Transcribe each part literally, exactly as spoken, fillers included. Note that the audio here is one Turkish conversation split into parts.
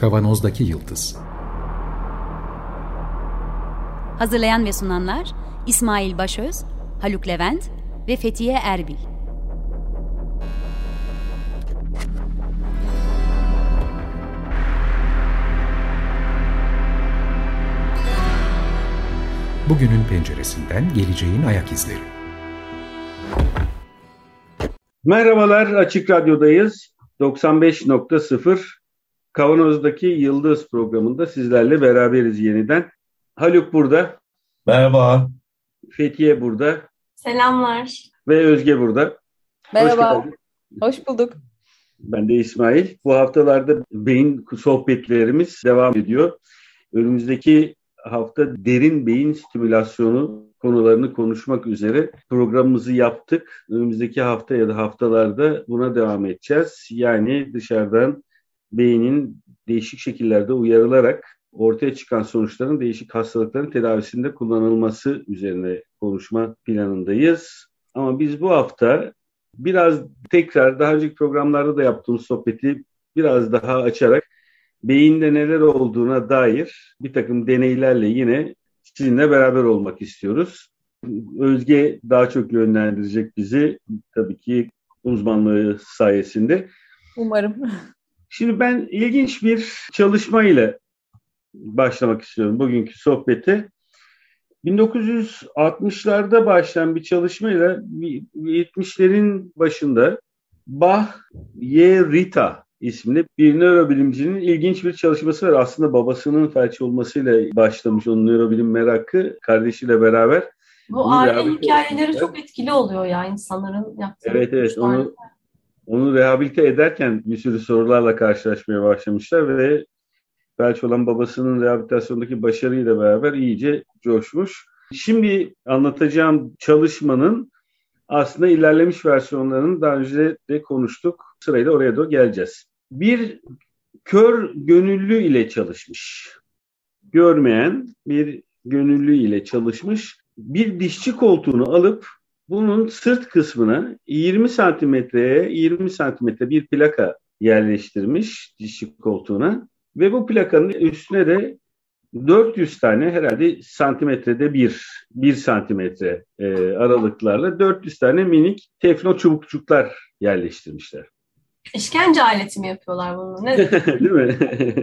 Kavanozdaki Yıldız. Hazırlayan ve sunanlar İsmail Başöz, Haluk Levent ve Fethiye Erbil. Bugünün penceresinden geleceğin ayak izleri. Merhabalar, Açık Radyo'dayız. doksan beş nokta sıfır Kavanoz'daki Yıldız programında sizlerle beraberiz yeniden. Haluk burada. Merhaba. Fethiye burada. Selamlar. Ve Özge burada. Merhaba. Hoş, Hoş bulduk. Ben de İsmail. Bu haftalarda beyin sohbetlerimiz devam ediyor. Önümüzdeki hafta derin beyin stimülasyonu konularını konuşmak üzere programımızı yaptık. Önümüzdeki hafta ya da haftalarda buna devam edeceğiz. Yani dışarıdan beynin değişik şekillerde uyarılarak ortaya çıkan sonuçların değişik hastalıkların tedavisinde kullanılması üzerine konuşma planındayız. Ama biz bu hafta biraz tekrar daha önceki programlarda da yaptığımız sohbeti biraz daha açarak beyinde neler olduğuna dair bir takım deneylerle yine sizinle beraber olmak istiyoruz. Özge daha çok yönlendirecek bizi tabii ki uzmanlığı sayesinde. Umarım. Şimdi ben ilginç bir çalışmayla başlamak istiyorum bugünkü sohbete. bin dokuz yüz altmışlarda başlayan bir çalışmayla yetmişlerin başında Bah Ye Rita isimli bir nörobilimcinin ilginç bir çalışması var. Aslında babasının felç olmasıyla başlamış onun nörobilim merakı kardeşiyle beraber. Bu aile hikayeleri oldu. Çok etkili oluyor ya insanların yaptığı. Evet evet onu, onu rehabilite ederken bir sürü sorularla karşılaşmaya başlamışlar ve felç olan babasının rehabilitasyondaki başarıyla beraber iyice coşmuş. Şimdi anlatacağım çalışmanın aslında ilerlemiş versiyonlarını daha önce de konuştuk. Sırayla oraya da geleceğiz. Bir kör gönüllü ile çalışmış. Görmeyen bir gönüllü ile çalışmış. Bir dişçi koltuğunu alıp bunun sırt kısmına yirmi santimetreye yirmi santimetre bir plaka yerleştirmiş dişçi koltuğuna. Ve bu plakanın üstüne de dört yüz tane herhalde santimetrede bir, bir santimetre e, aralıklarla dört yüz tane minik teflon çubukçuklar yerleştirmişler. İşkence aleti mi yapıyorlar bunu? Ne? Değil mi?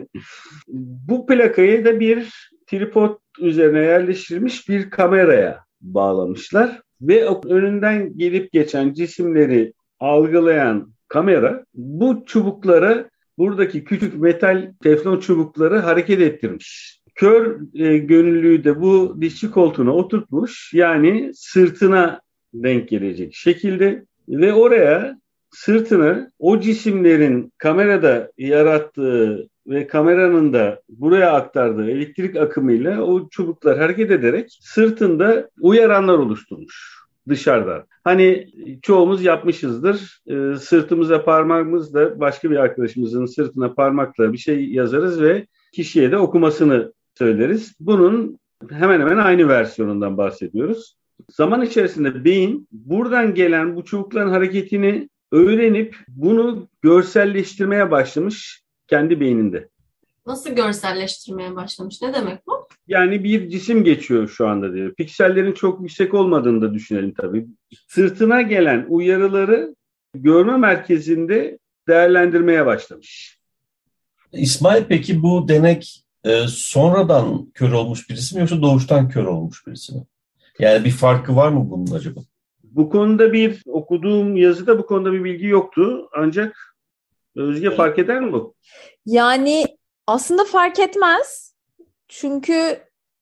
Bu plakayı da bir tripod üzerine yerleştirilmiş bir kameraya bağlamışlar. Ve önünden gelip geçen cisimleri algılayan kamera bu çubuklara buradaki küçük metal teflon çubukları hareket ettirmiş. Kör e, gönüllüyü de bu dişçi koltuğuna oturtmuş. Yani sırtına denk gelecek şekilde ve oraya sırtını o cisimlerin kamerada yarattığı ve kameranın da buraya aktardığı elektrik akımıyla o çubuklar hareket ederek sırtında uyaranlar oluşturmuş dışarıdan. Hani çoğumuz yapmışızdır. E, sırtımıza parmağımızla başka bir arkadaşımızın sırtına parmakla bir şey yazarız ve kişiye de okumasını söyleriz. Bunun hemen hemen aynı versiyonundan bahsediyoruz. Zaman içerisinde beyin buradan gelen bu çubukların hareketini öğrenip bunu görselleştirmeye başlamış kendi beyninde. Nasıl görselleştirmeye başlamış? Ne demek bu? Yani bir cisim geçiyor şu anda diyor. Piksellerin çok yüksek olmadığını da düşünelim tabii. Sırtına gelen uyarıları görme merkezinde değerlendirmeye başlamış. İsmail, peki bu denek e, sonradan kör olmuş birisi mi yoksa doğuştan kör olmuş birisi mi? Yani bir farkı var mı bunun acaba? Bu konuda bir okuduğum yazıda bu konuda bir bilgi yoktu. Ancak Özge fark eder mi bu? Yani aslında fark etmez. Çünkü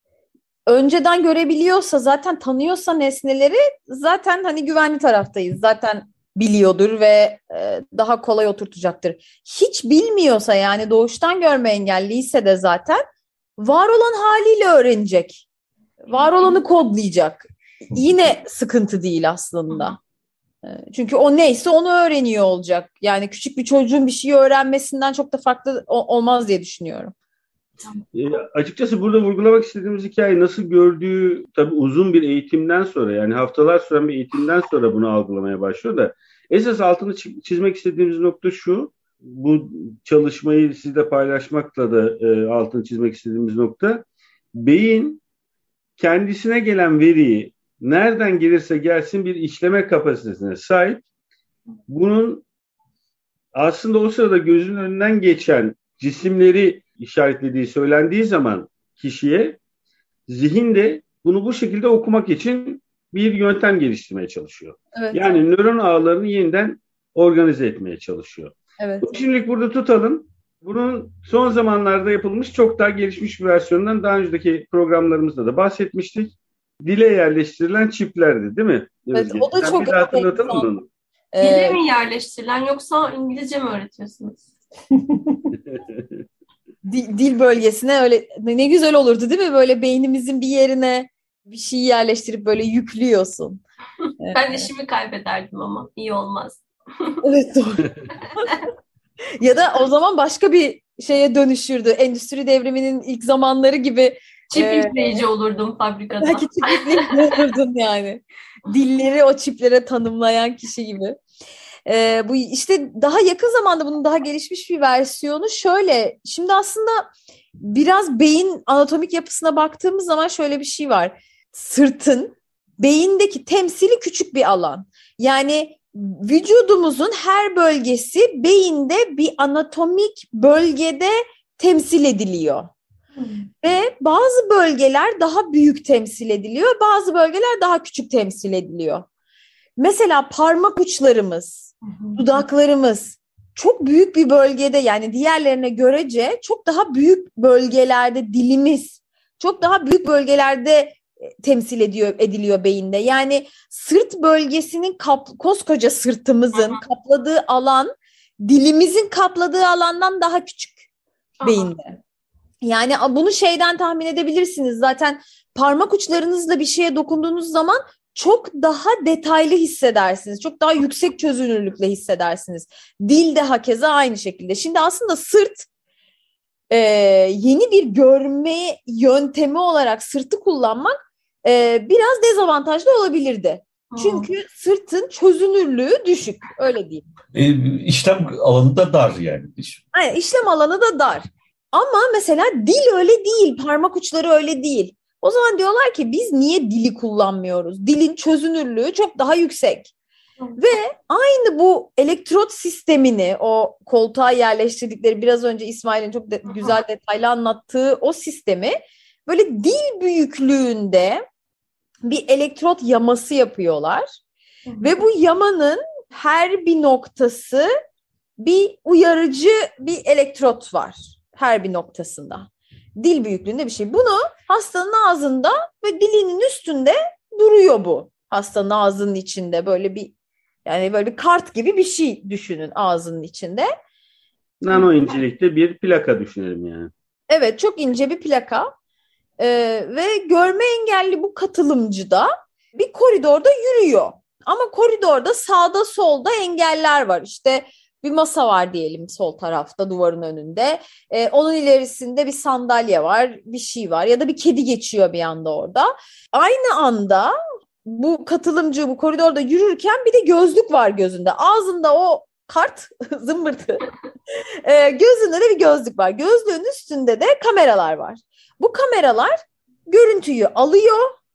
önceden görebiliyorsa, zaten tanıyorsa nesneleri, zaten hani güvenli taraftayız. Zaten biliyordur ve e, daha kolay oturtacaktır. Hiç bilmiyorsa, yani doğuştan görme engelliyse de zaten var olan haliyle öğrenecek. Var olanı kodlayacak. Yine sıkıntı değil aslında. Çünkü o neyse onu öğreniyor olacak. Yani küçük bir çocuğun bir şeyi öğrenmesinden çok da farklı olmaz diye düşünüyorum. E, açıkçası burada vurgulamak istediğimiz hikaye nasıl gördüğü tabii uzun bir eğitimden sonra, yani haftalar süren bir eğitimden sonra bunu algılamaya başlıyor da esas altını çizmek istediğimiz nokta şu: bu çalışmayı sizle paylaşmakla da e, altını çizmek istediğimiz nokta, beyin kendisine gelen veriyi nereden gelirse gelsin bir işleme kapasitesine sahip. Bunun aslında o sırada gözün önünden geçen cisimleri işaretlediği söylendiği zaman kişiye, zihin de bunu bu şekilde okumak için bir yöntem geliştirmeye çalışıyor. Evet. Yani nöron ağlarını yeniden organize etmeye çalışıyor. Evet. Şimdilik burada tutalım. Bunun son zamanlarda yapılmış çok daha gelişmiş bir versiyonundan daha önceki programlarımızda da bahsetmiştik. Dile yerleştirilen çiplerdi, değil mi? Evet, Özge? o da Sen çok bir daha hatırlatalım mı onu? Dile Ee, mi yerleştirilen yoksa İngilizce mi öğretiyorsunuz? dil, dil bölgesine öyle ne güzel olurdu değil mi? Böyle beynimizin bir yerine bir şey yerleştirip böyle yüklüyorsun. Ben işimi kaybederdim ama iyi olmaz. Evet, doğru. Ya da o zaman başka bir şeye dönüşürdü. Endüstri devriminin ilk zamanları gibi. Çip Ee, yükleyici olurdum fabrikada. Belki çiplikli olurdun yani. Dilleri o çiplere tanımlayan kişi gibi. Ee, bu işte daha yakın zamanda bunun daha gelişmiş bir versiyonu şöyle. Şimdi aslında biraz beyin anatomik yapısına baktığımız zaman şöyle bir şey var. Sırtın beyindeki temsili küçük bir alan. Yani vücudumuzun her bölgesi beyinde bir anatomik bölgede temsil ediliyor. Hmm. Ve bazı bölgeler daha büyük temsil ediliyor, bazı bölgeler daha küçük temsil ediliyor. Mesela parmak uçlarımız, hmm. dudaklarımız çok büyük bir bölgede, yani diğerlerine görece çok daha büyük bölgelerde, dilimiz çok daha büyük bölgelerde temsil ediyor ediliyor beyinde. Yani sırt bölgesinin kap, koskoca sırtımızın Aha. kapladığı alan dilimizin kapladığı alandan daha küçük Aha. beyinde. Yani bunu şeyden tahmin edebilirsiniz. Zaten parmak uçlarınızla bir şeye dokunduğunuz zaman çok daha detaylı hissedersiniz. Çok daha yüksek çözünürlükle hissedersiniz. Dil de hakeza aynı şekilde. Şimdi aslında sırt e, yeni bir görme yöntemi olarak sırtı kullanmak Ee, biraz dezavantajlı olabilirdi. Hmm. Çünkü sırtın çözünürlüğü düşük. Öyle diyeyim. E, işlem alanı da dar yani. Aynen, işlem alanı da dar. Ama mesela dil öyle değil. Parmak uçları öyle değil. O zaman diyorlar ki biz niye dili kullanmıyoruz? Dilin çözünürlüğü çok daha yüksek. Hmm. Ve aynı bu elektrot sistemini, o koltuğa yerleştirdikleri biraz önce İsmail'in çok de- güzel detaylı anlattığı o sistemi böyle dil büyüklüğünde bir elektrot yaması yapıyorlar. Hı hı. Ve bu yamanın her bir noktası bir uyarıcı bir elektrot var. Her bir noktasında. Dil büyüklüğünde bir şey. Bunu hastanın ağzında ve dilinin üstünde duruyor bu. Hastanın ağzının içinde böyle bir, yani böyle bir kart gibi bir şey düşünün ağzının içinde. Nano incelikte bir plaka düşünelim yani. Evet, çok ince bir plaka. Ee, ve görme engelli bu katılımcı da bir koridorda yürüyor. Ama koridorda sağda solda engeller var. İşte bir masa var diyelim sol tarafta duvarın önünde. Ee, onun ilerisinde bir sandalye var, bir şey var ya da bir kedi geçiyor bir anda orada. Aynı anda bu katılımcı bu koridorda yürürken bir de gözlük var gözünde. Ağzında o kart zımbırtı. ee, gözünde de bir gözlük var. Gözlüğün üstünde de kameralar var. Bu kameralar görüntüyü alıyor,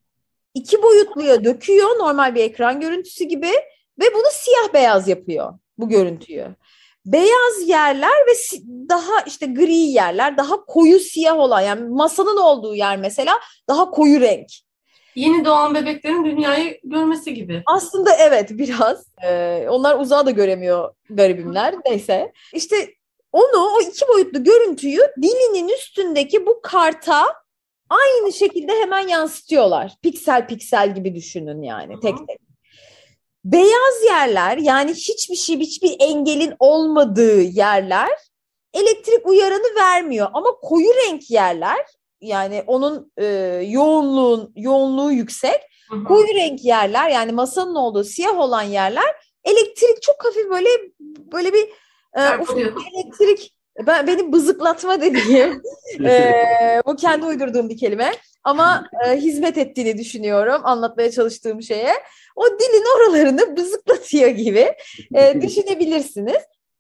iki boyutluya döküyor, normal bir ekran görüntüsü gibi ve bunu siyah beyaz yapıyor bu görüntüyü. Beyaz yerler ve daha işte gri yerler, daha koyu siyah olan, yani masanın olduğu yer mesela daha koyu renk. Yeni doğan bebeklerin dünyayı görmesi gibi. Aslında evet, biraz. Ee, onlar uzağı da göremiyor garibimler. Neyse. İşte onu, o iki boyutlu görüntüyü dilinin üstündeki bu karta aynı şekilde hemen yansıtıyorlar. Piksel piksel gibi düşünün yani, tek tek. Beyaz yerler, yani hiçbir şey, hiçbir engelin olmadığı yerler elektrik uyarını vermiyor. Ama koyu renk yerler, yani onun e, yoğunluğun yoğunluğu yüksek. Hı hı. Koyu renk yerler, yani masanın olduğu siyah olan yerler elektrik çok hafif böyle böyle bir e, ufak elektrik, ben beni bızıklatma dediğim e, bu kendi uydurduğum bir kelime ama e, hizmet ettiğini düşünüyorum anlatmaya çalıştığım şeye. O dilin oralarını bızıklatıyor gibi e, düşünebilirsiniz.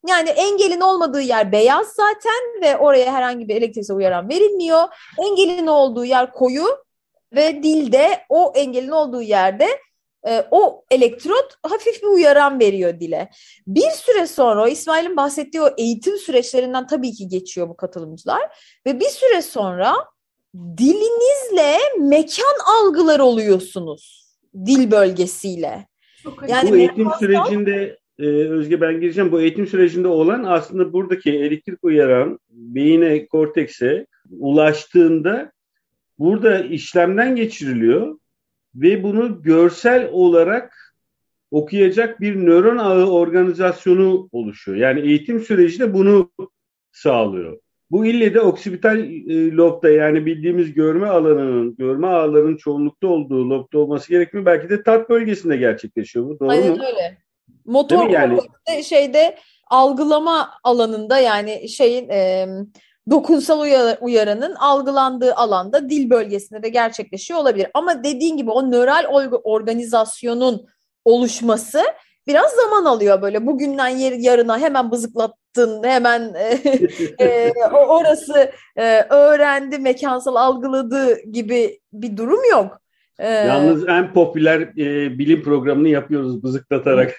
Yani engelin olmadığı yer beyaz zaten ve oraya herhangi bir elektriksel uyaran verilmiyor. Engelin olduğu yer koyu ve dilde o engelin olduğu yerde e, o elektrot hafif bir uyaran veriyor dile. Bir süre sonra o İsmail'in bahsettiği o eğitim süreçlerinden tabii ki geçiyor bu katılımcılar ve bir süre sonra dilinizle mekan algılar oluyorsunuz dil bölgesiyle. Yani bu eğitim mekan... sürecinde e, Özge ben gireceğim. Bu eğitim sürecinde olan aslında buradaki elektrik uyaran beyine, kortekse ulaştığında burada işlemden geçiriliyor ve bunu görsel olarak okuyacak bir nöron ağı organizasyonu oluşuyor. Yani eğitim süreci de bunu sağlıyor. Bu ille de oksipital e, lobda yani bildiğimiz görme alanının, görme ağlarının çoğunlukta olduğu lobda olması gerekmiyor. Belki de tat bölgesinde gerçekleşiyor bu. Doğru Aynen mu? öyle. Motor yani? şeyde algılama alanında yani şeyin e, dokunsal uyar, uyaranın algılandığı alanda dil bölgesinde de gerçekleşiyor olabilir. Ama dediğin gibi o nöral organizasyonun oluşması biraz zaman alıyor böyle. Bugünden yarına hemen bızıklattın, hemen e, e, orası e, öğrendi, mekansal algıladı gibi bir durum yok. Ee, Yalnız en popüler e, bilim programını yapıyoruz bızıklatarak.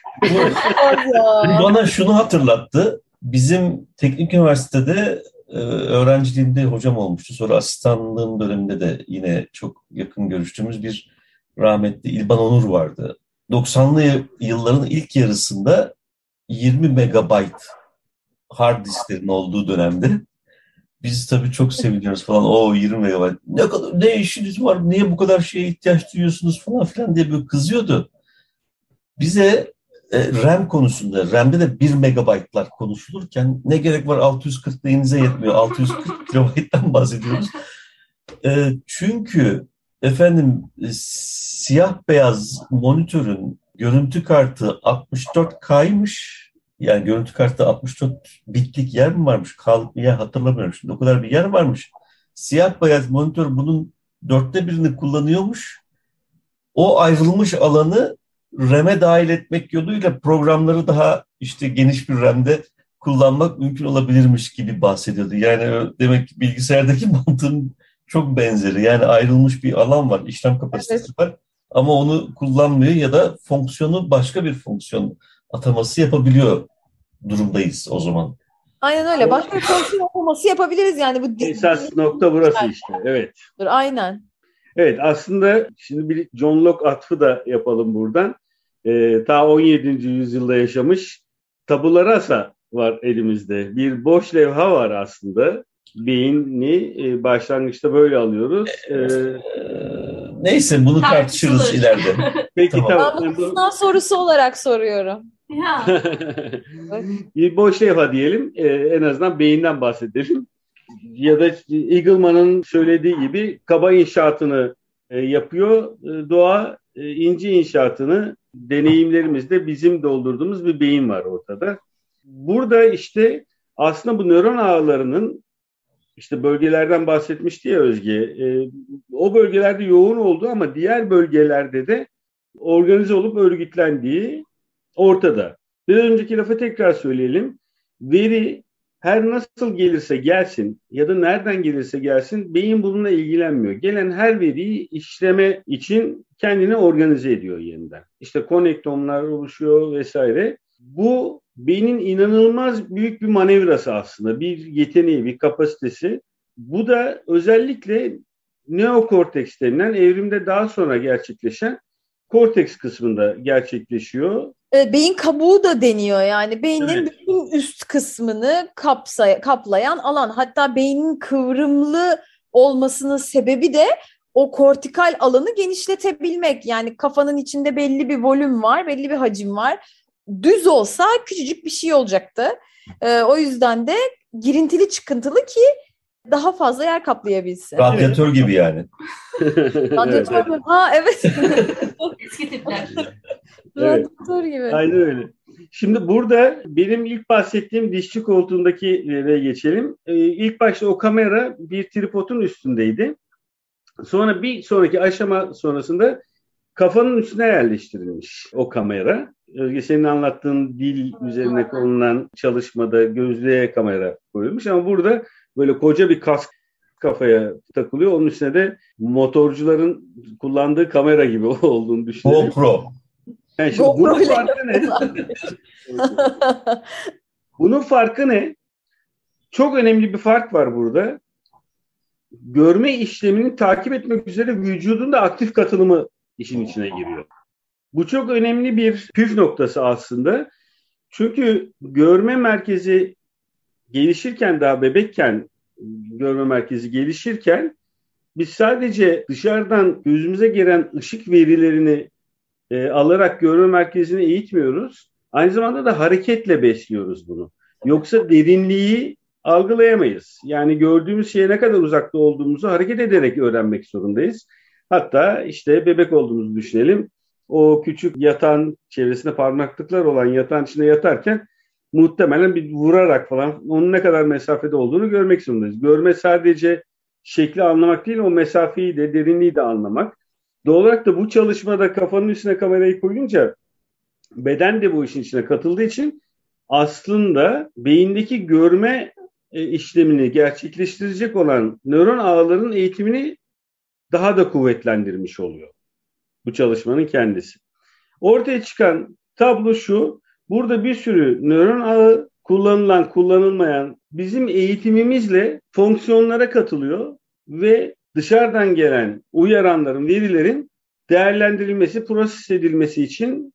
Bana şunu hatırlattı. Bizim teknik üniversitede e, öğrenciliğimde hocam olmuştu. Sonra asistanlığım döneminde de yine çok yakın görüştüğümüz bir rahmetli İlban Onur vardı. doksanlı yılların ilk yarısında yirmi megabayt hard disklerin olduğu dönemde biz tabii çok seviniyoruz falan. O yirmi megabayt. Ne kadar ne işiniz var? Niye bu kadar şeye ihtiyaç duyuyorsunuz falan filan diye böyle kızıyordu. Bize e, RAM konusunda, RAM'de de bir megabaytlar konuşulurken ne gerek var altı yüz kırk neyinize yetmiyor. altı yüz kırk kilobayttan bahsediyoruz. E, çünkü efendim e, siyah beyaz monitörün görüntü kartı altmış dört K'ymış. Yani görüntü kartı altmış dört bitlik yer mi varmış? Kalıp bir yer hatırlamıyorum şimdi. O kadar bir yer varmış. Siyah beyaz monitör bunun dörtte birini kullanıyormuş. O ayrılmış alanı RAM'e dahil etmek yoluyla programları daha işte geniş bir RAM'de kullanmak mümkün olabilirmiş gibi bahsediyordu. Yani demek ki bilgisayardaki mantığın çok benzeri. Yani ayrılmış bir alan var, işlem kapasitesi evet. var. Ama onu kullanmıyor ya da fonksiyonu başka bir fonksiyon ataması yapabiliyor durumdayız o zaman. Aynen öyle. Başka bir fonksiyon ataması yapabiliriz yani. Bu esas nokta burası işte. Evet. Aynen. Evet aslında şimdi bir John Locke atfı da yapalım buradan. Ee, ta on yedinci yüzyılda yaşamış tabula rasa var elimizde. Bir boş levha var aslında. Beyni e, başlangıçta böyle alıyoruz. Ee, Neyse bunu tartışırız ileride. Peki tamam. tamam. Ben bunu sınav sorusu olarak soruyorum. Ya. Bir boş levha diyelim. Ee, en azından beyinden bahsedelim. Ya da Eagleman'ın söylediği gibi kaba inşaatını e, yapıyor. E, doğa e, ince inşaatını deneyimlerimizde bizim doldurduğumuz bir beyin var ortada. Burada işte aslında bu nöron ağlarının işte bölgelerden bahsetmişti ya Özge. E, o bölgelerde yoğun olduğu ama diğer bölgelerde de organize olup örgütlendiği ortada. Biraz önceki lafı tekrar söyleyelim. Veri her nasıl gelirse gelsin ya da nereden gelirse gelsin beyin bununla ilgilenmiyor. Gelen her veriyi işleme için kendini organize ediyor yeniden. İşte konektomlar oluşuyor vesaire. Bu beynin inanılmaz büyük bir manevrası aslında. Bir yeteneği, bir kapasitesi. Bu da özellikle neokorteks denilen evrimde daha sonra gerçekleşen korteks kısmında gerçekleşiyor. Beyin kabuğu da deniyor yani beynin evet. bütün üst kısmını kapsay- kaplayan alan. Hatta beynin kıvrımlı olmasının sebebi de o kortikal alanı genişletebilmek. Yani kafanın içinde belli bir volüm var, belli bir hacim var. Düz olsa küçücük bir şey olacaktı. Ee, o yüzden de girintili çıkıntılı ki daha fazla yer kaplayabilsin. Radyatör gibi yani. Radyatör mü? Ha evet. Eski tipler. Evet. Radyatör gibi. Aynen öyle. Şimdi burada benim ilk bahsettiğim dişçi koltuğundaki yere geçelim. Ee, ilk başta o kamera bir tripodun üstündeydi. Sonra bir sonraki aşama sonrasında kafanın üstüne yerleştirilmiş o kamera. Özge senin anlattığın dil üzerine konulan çalışmada gözlüğe kamera koyulmuş ama burada böyle koca bir kask kafaya takılıyor. Onun üstüne de motorcuların kullandığı kamera gibi olduğunu düşünüyorum. GoPro. Yani şimdi GoPro bunun ile farkı ne? Bunun farkı ne? Çok önemli bir fark var burada. Görme işlemini takip etmek üzere vücudun da aktif katılımı işin içine giriyor. Bu çok önemli bir püf noktası aslında. Çünkü görme merkezi gelişirken, daha bebekken görme merkezi gelişirken biz sadece dışarıdan gözümüze gelen ışık verilerini e, alarak görme merkezini eğitmiyoruz. Aynı zamanda da hareketle besliyoruz bunu. Yoksa derinliği algılayamayız. Yani gördüğümüz şeye ne kadar uzakta olduğumuzu hareket ederek öğrenmek zorundayız. Hatta işte bebek olduğumuzu düşünelim. O küçük yatağın çevresinde parmaklıklar olan yatağın içinde yatarken muhtemelen bir vurarak falan onun ne kadar mesafede olduğunu görmek zorundayız. Görme sadece şekli anlamak değil, o mesafeyi de derinliği de anlamak. Doğal olarak da bu çalışmada kafanın üstüne kamerayı koyunca beden de bu işin içine katıldığı için aslında beyindeki görme e, işlemini gerçekleştirecek olan nöron ağların eğitimini daha da kuvvetlendirmiş oluyor bu çalışmanın kendisi. Ortaya çıkan tablo şu: burada bir sürü nöron ağı kullanılan, kullanılmayan bizim eğitimimizle fonksiyonlara katılıyor ve dışarıdan gelen uyaranların, verilerin değerlendirilmesi, proses edilmesi için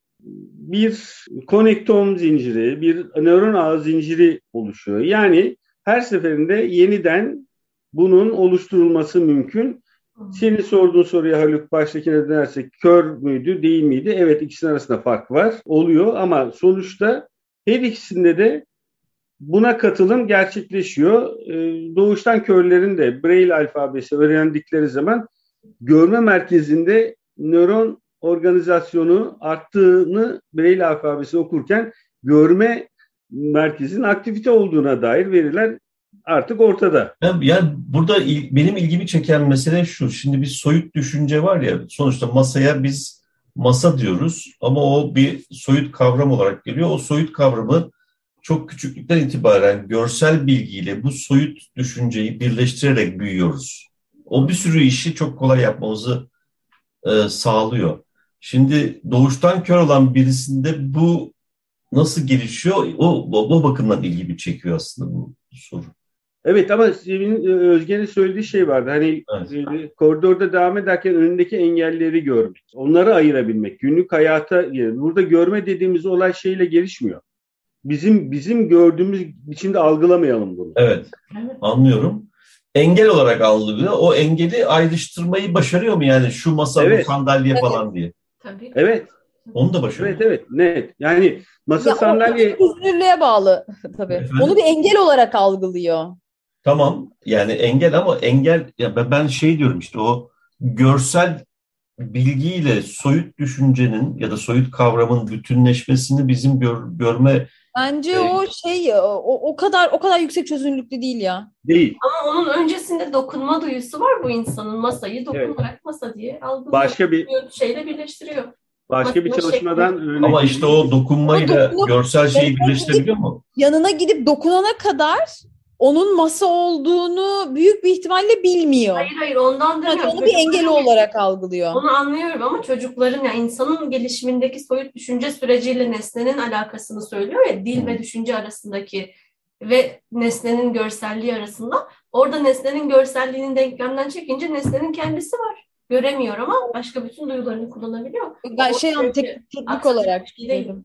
bir konektom zinciri, bir nöron ağı zinciri oluşuyor. Yani her seferinde yeniden bunun oluşturulması mümkün. Senin sorduğun soruya Haluk, baştakine dönersek, kör müydü, değil miydi? Evet, ikisinin arasında fark var, oluyor ama sonuçta her ikisinde de buna katılım gerçekleşiyor. Ee, doğuştan körlerin de Braille alfabesi öğrendikleri zaman görme merkezinde nöron organizasyonu arttığını Braille alfabesi okurken görme merkezinin aktivite olduğuna dair veriler artık ortada. Yani, yani burada il, benim ilgimi çeken mesele şu. Şimdi bir soyut düşünce var ya, sonuçta masaya biz masa diyoruz ama o bir soyut kavram olarak geliyor. O soyut kavramı çok küçüklükten itibaren görsel bilgiyle bu soyut düşünceyi birleştirerek büyüyoruz. O bir sürü işi çok kolay yapmamızı e, sağlıyor. Şimdi doğuştan kör olan birisinde bu nasıl gelişiyor? O, o bakımdan ilgimi çekiyor aslında bu soru. Evet ama senin, Özge'nin söylediği şey vardı. Hani evet. e, koridorda devam ederken önündeki engelleri görmek, onları ayırabilmek, günlük hayata. Burada görme dediğimiz olay şeyle gelişmiyor. Bizim bizim gördüğümüz biçimde algılamayalım bunu. Evet, anlıyorum. Engel olarak algılıyor. O engeli ayrıştırmayı başarıyor mu yani, şu masa, evet, bu sandalye evet. falan diye? Tabii. Evet. Onu da başarıyor. Evet evet net. Yani masa ya sandalye. Üzünürlüğe bağlı tabii. Efendim? Onu bir engel olarak algılıyor. Tamam yani engel ama engel ya ben şey diyorum işte o görsel bilgiyle soyut düşüncenin ya da soyut kavramın bütünleşmesini bizim gör, görme bence e, o şey o, o kadar o kadar yüksek çözünürlüklü değil ya. Değil. Ama onun öncesinde dokunma duyusu var bu insanın, masayı dokunarak evet. masa diye algılıyor. Başka bir şeyle birleştiriyor. Başka Masada bir çalışmadan örnek. Ama işte o dokunmayla dokunup, görsel şeyi birleştirebiliyor mu? Yanına gidip dokunana kadar onun masa olduğunu büyük bir ihtimalle bilmiyor. Hayır hayır ondan demiyorum. Onu bir engel olarak algılıyor. Onu anlıyorum ama çocukların, yani insanın gelişimindeki soyut düşünce süreciyle nesnenin alakasını söylüyor ya, dil hmm. ve düşünce arasındaki ve nesnenin görselliği arasında. Orada nesnenin görselliğinin denklemden çekince nesnenin kendisi var. Göremiyor ama başka bütün duyularını kullanabiliyor. Ben şey an tek, teknik olarak dedim.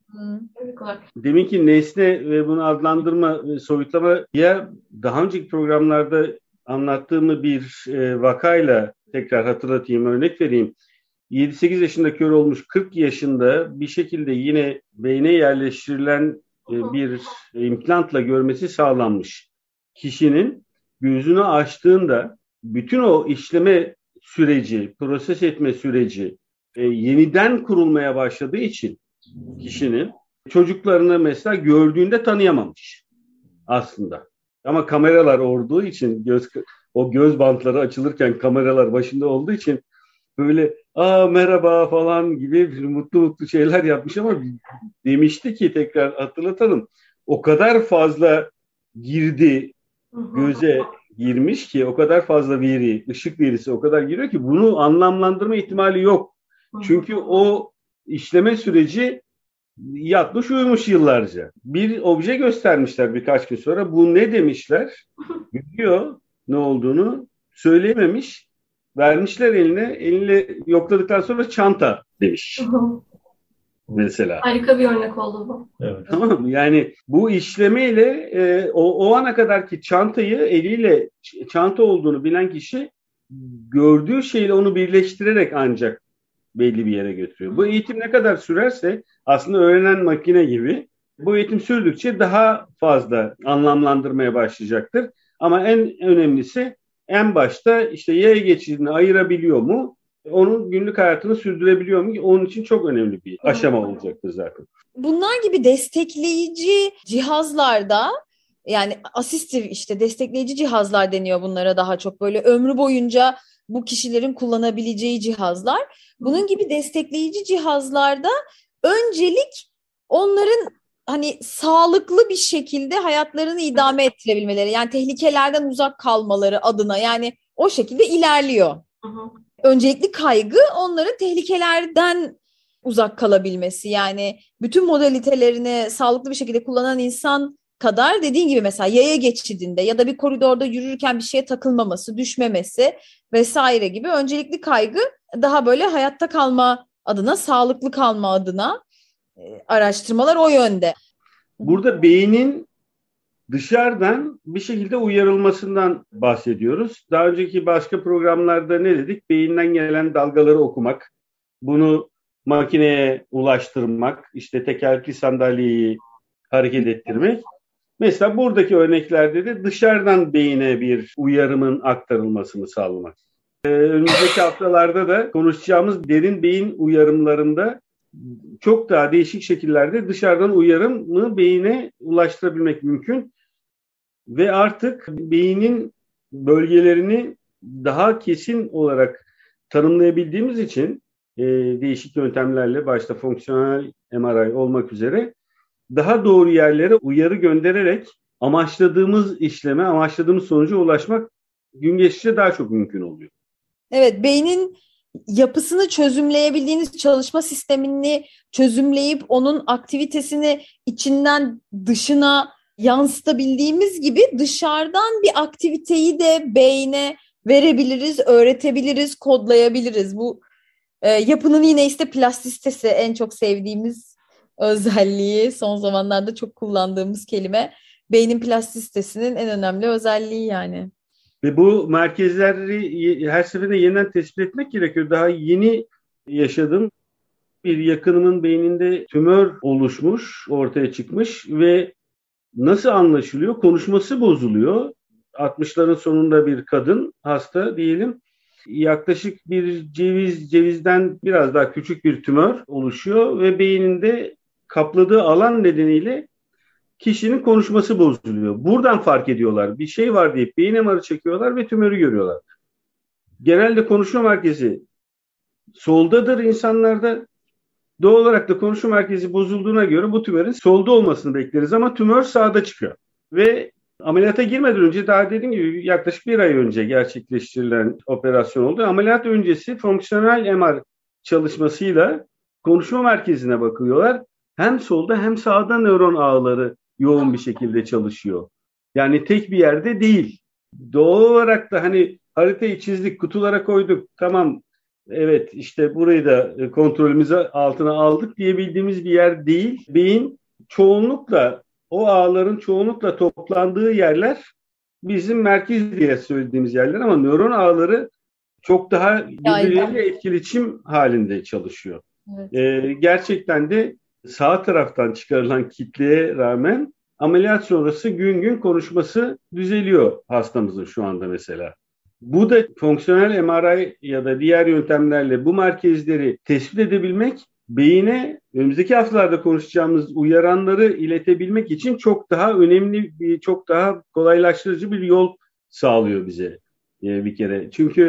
Deminki nesne ve bunu adlandırma, soyutlama ya daha önceki programlarda anlattığımı bir e, vakayla tekrar hatırlatayım, örnek vereyim. yedi sekiz yaşında kör olmuş, kırk yaşında bir şekilde yine beyne yerleştirilen e, bir implantla görmesi sağlanmış kişinin gözünü açtığında bütün o işleme süreci, proses etme süreci e, yeniden kurulmaya başladığı için kişinin çocuklarını mesela gördüğünde tanıyamamış aslında. Ama kameralar olduğu için göz, o göz bantları açılırken kameralar başında olduğu için böyle aa merhaba falan gibi mutlu mutlu şeyler yapmış ama demişti ki, tekrar hatırlatalım, o kadar fazla girdi göze girmiş ki, o kadar fazla veri, ışık verisi o kadar giriyor ki bunu anlamlandırma ihtimali yok. Çünkü o işleme süreci yatmış uyumuş yıllarca. Bir obje göstermişler birkaç gün sonra. Bu ne demişler? Biliyor ne olduğunu, söyleyememiş. Vermişler eline. Eline yokladıktan sonra çanta demiş. Mesela. Harika bir örnek oldu bu. Evet. Tamam mı? Yani bu işlemeyle e, o, o ana kadarki çantayı eliyle çanta olduğunu bilen kişi gördüğü şeyle onu birleştirerek ancak belli bir yere götürüyor. Bu eğitim ne kadar sürerse aslında öğrenen makine gibi, bu eğitim sürdükçe daha fazla anlamlandırmaya başlayacaktır. Ama en önemlisi en başta işte yaya geçidini ayırabiliyor mu? Onun günlük hayatını sürdürebiliyor mu? Onun için çok önemli bir aşama olacaktır zaten. Bunlar gibi destekleyici cihazlarda, yani asistif işte destekleyici cihazlar deniyor bunlara daha çok, böyle ömrü boyunca bu kişilerin kullanabileceği cihazlar. Bunun gibi destekleyici cihazlarda öncelik onların hani sağlıklı bir şekilde hayatlarını idame ettirebilmeleri, yani tehlikelerden uzak kalmaları adına, yani o şekilde ilerliyor. Hı hı. Öncelikli kaygı onların tehlikelerden uzak kalabilmesi, yani bütün modalitelerini sağlıklı bir şekilde kullanan insan kadar, dediğin gibi mesela yaya geçidinde ya da bir koridorda yürürken bir şeye takılmaması, düşmemesi vesaire gibi öncelikli kaygı daha böyle hayatta kalma adına, sağlıklı kalma adına e, araştırmalar o yönde. Burada beynin dışarıdan bir şekilde uyarılmasından bahsediyoruz. Daha önceki başka programlarda ne dedik? Beyinden gelen dalgaları okumak, bunu makineye ulaştırmak, işte tekerlekli sandalyeyi hareket ettirmek. Mesela buradaki örneklerde de dışarıdan beyine bir uyarımın aktarılmasını sağlamak. Ee, önümüzdeki haftalarda da konuşacağımız derin beyin uyarımlarında çok daha değişik şekillerde dışarıdan uyarımı beyine ulaştırabilmek mümkün. Ve artık beynin bölgelerini daha kesin olarak tanımlayabildiğimiz için e, değişik yöntemlerle, başta fonksiyonel M R I olmak üzere, daha doğru yerlere uyarı göndererek amaçladığımız işleme, amaçladığımız sonuca ulaşmak gün geçtikçe daha çok mümkün oluyor. Evet, beynin yapısını çözümleyebildiğiniz, çalışma sistemini çözümleyip onun aktivitesini içinden dışına yansıtabildiğimiz gibi dışarıdan bir aktiviteyi de beyne verebiliriz, öğretebiliriz, kodlayabiliriz. Bu e, yapının yine işte plastisitesi en çok sevdiğimiz özelliği, son zamanlarda çok kullandığımız kelime. Beynin plastisitesinin en önemli özelliği yani. Ve bu merkezleri her seferinde yeniden tespit etmek gerekiyor. Daha yeni yaşadığım bir yakınımın beyninde tümör oluşmuş, ortaya çıkmış ve nasıl anlaşılıyor? Konuşması bozuluyor. altmışların sonunda bir kadın hasta diyelim. Yaklaşık bir ceviz, cevizden biraz daha küçük bir tümör oluşuyor ve beyninde kapladığı alan nedeniyle kişinin konuşması bozuluyor. Buradan fark ediyorlar. Bir şey var deyip beyin M R'ı çekiyorlar ve tümörü görüyorlar. Genelde konuşma merkezi soldadır insanlarda. Doğal olarak da konuşma merkezi bozulduğuna göre bu tümörün solda olmasını bekleriz ama tümör sağda çıkıyor. Ve ameliyata girmeden önce, daha dediğim gibi yaklaşık bir ay önce gerçekleştirilen operasyon oldu. Ameliyat öncesi fonksiyonel M R çalışmasıyla konuşma merkezine bakıyorlar. Hem solda hem sağda nöron ağları yoğun bir şekilde çalışıyor. Yani tek bir yerde değil. Doğal olarak da hani haritayı çizdik, kutulara koyduk, tamam, evet işte burayı da kontrolümüze altına aldık diyebildiğimiz bir yer değil. Beyin çoğunlukla, o ağların çoğunlukla toplandığı yerler bizim merkez diye söylediğimiz yerler ama nöron ağları çok daha birbirleriyle etkileşim halinde çalışıyor. Evet. Ee, gerçekten de sağ taraftan çıkarılan kitleye rağmen ameliyat sonrası gün gün konuşması düzeliyor hastamızın şu anda mesela. Bu da fonksiyonel M R I ya da diğer yöntemlerle bu merkezleri tespit edebilmek, beyine önümüzdeki haftalarda konuşacağımız uyaranları iletebilmek için çok daha önemli, bir, çok daha kolaylaştırıcı bir yol sağlıyor bize bir kere. Çünkü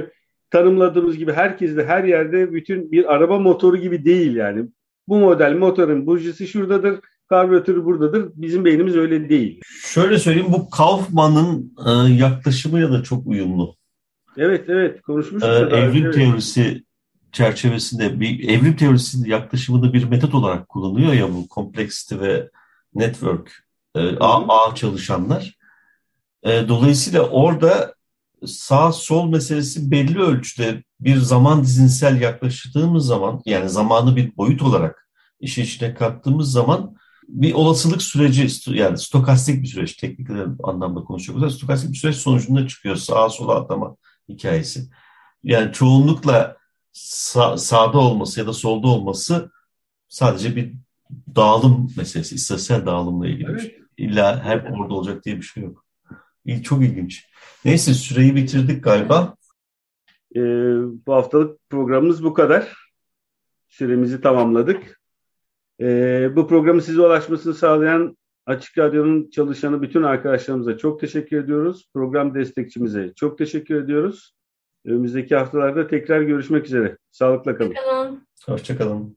tanımladığımız gibi herkes de her yerde bütün bir araba motoru gibi değil yani. Bu model motorun bujisi şuradadır, karbüratörü buradadır. Bizim beynimiz öyle değil. Şöyle söyleyeyim, bu Kaufman'ın e, yaklaşımıyla da çok uyumlu. Evet, evet. Konuşmuştuk. E, da evrim evet. teorisi çerçevesinde bir evrim teorisinin yaklaşımında bir metot olarak kullanılıyor ya bu complexity ve network e, ağ, ağ çalışanlar. E, dolayısıyla orada sağ sol meselesi belli ölçüde bir zaman dizinsel yaklaştığımız zaman, yani zamanı bir boyut olarak işin içine kattığımız zaman bir olasılık süreci, yani stokastik bir süreç, teknik anlamda konuşuyoruz. Stokastik bir süreç sonucunda çıkıyor sağa sola atlama hikayesi. Yani çoğunlukla sağ, sağda olması ya da solda olması sadece bir dağılım meselesi, istatistiksel dağılımla ilgili bir şey. İlla hep orada olacak diye bir şey yok. Çok ilginç. Neyse, süreyi bitirdik galiba. Ee, bu haftalık programımız bu kadar. Süremizi tamamladık. Ee, bu programın size ulaşmasını sağlayan Açık Radyo'nun çalışanı bütün arkadaşlarımıza çok teşekkür ediyoruz. Program destekçimize çok teşekkür ediyoruz. Önümüzdeki haftalarda tekrar görüşmek üzere. Sağlıkla kalın. Hoşçakalın. Hoşçakalın.